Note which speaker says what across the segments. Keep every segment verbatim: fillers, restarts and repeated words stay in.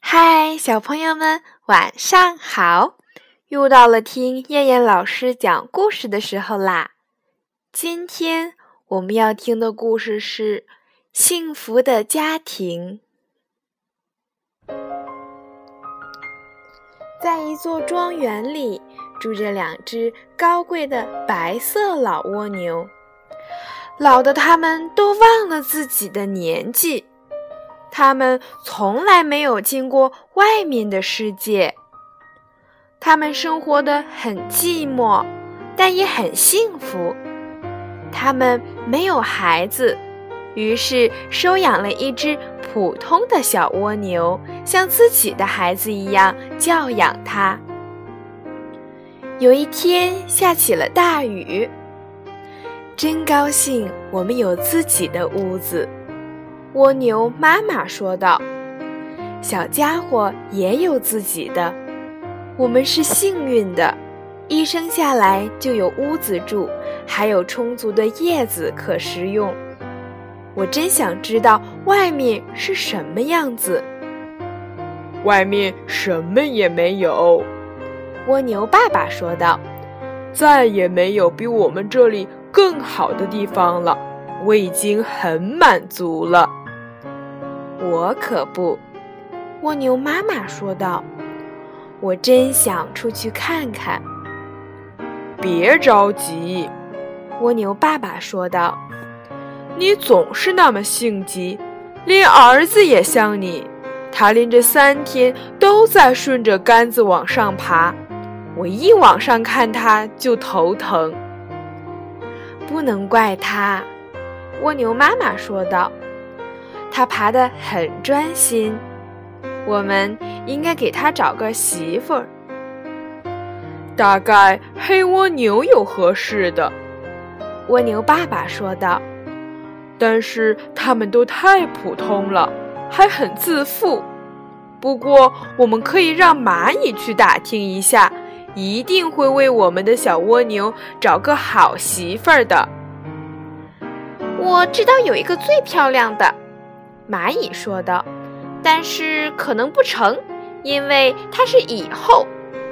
Speaker 1: 嗨，小朋友们，晚上好！又到了听燕燕老师讲故事的时候啦。今天我们要听的故事是《幸福的家庭》。在一座庄园里，住着两只高贵的白色老蜗牛，老的它们都忘了自己的年纪。他们从来没有经过外面的世界，他们生活得很寂寞，但也很幸福。他们没有孩子，于是收养了一只普通的小蜗牛，像自己的孩子一样教养它。有一天下起了大雨，真高兴我们有自己的屋子。蜗牛妈妈说道，小家伙也有自己的，我们是幸运的，一生下来就有屋子住，还有充足的叶子可食用。我真想知道外面是什么样子。
Speaker 2: 外面什么也没有，
Speaker 1: 蜗牛爸爸说道，
Speaker 2: 再也没有比我们这里更好的地方了，我已经很满足了。
Speaker 1: 我可不，蜗牛妈妈说道，我真想出去看看。
Speaker 2: 别着急，
Speaker 1: 蜗牛爸爸说道，
Speaker 2: 你总是那么性急，连儿子也像你，他连着三天都在顺着杆子往上爬，我一往上看他就头疼。
Speaker 1: 不能怪他，蜗牛妈妈说道，他爬得很专心，我们应该给他找个媳妇儿。
Speaker 2: 大概黑蜗牛有合适的，
Speaker 1: 蜗牛爸爸说道，
Speaker 2: 但是他们都太普通了，还很自负。不过我们可以让蚂蚁去打听一下，一定会为我们的小蜗牛找个好媳妇儿的。
Speaker 1: 我知道有一个最漂亮的，蚂蚁说道，但是可能不成，因为它是蚁后。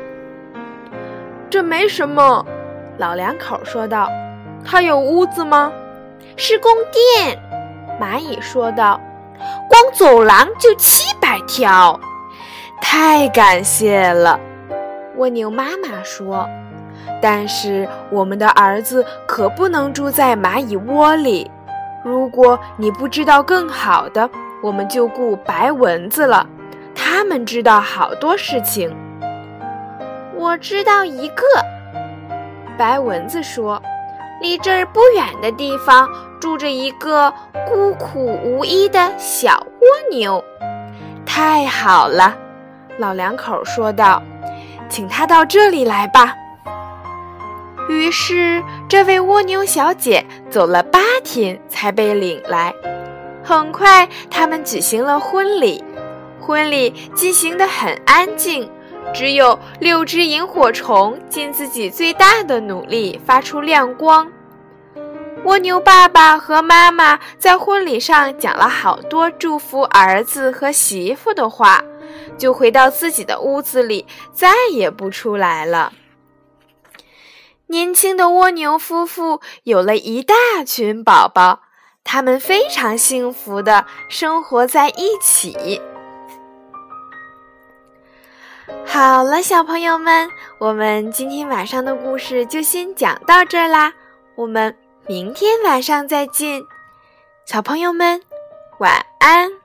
Speaker 2: 这没什么，
Speaker 1: 老两口说道，
Speaker 2: 它有屋子吗？
Speaker 1: 是宫殿，蚂蚁说道，光走廊就七百条。
Speaker 2: 太感谢了，
Speaker 1: 蜗牛妈妈说，但是我们的儿子可不能住在蚂蚁窝里，如果你不知道更好的，我们就雇白蚊子了，他们知道好多事情。我知道一个，白蚊子说，离这儿不远的地方住着一个孤苦无依的小蜗牛。太好了，老两口说道，请他到这里来吧。于是这位蜗牛小姐走了八天才被领来。很快他们举行了婚礼，婚礼进行得很安静，只有六只萤火虫尽自己最大的努力发出亮光。蜗牛爸爸和妈妈在婚礼上讲了好多祝福儿子和媳妇的话，就回到自己的屋子里，再也不出来了。年轻的蜗牛夫妇有了一大群宝宝，他们非常幸福地生活在一起。好了，小朋友们，我们今天晚上的故事就先讲到这儿啦，我们明天晚上再见。小朋友们，晚安。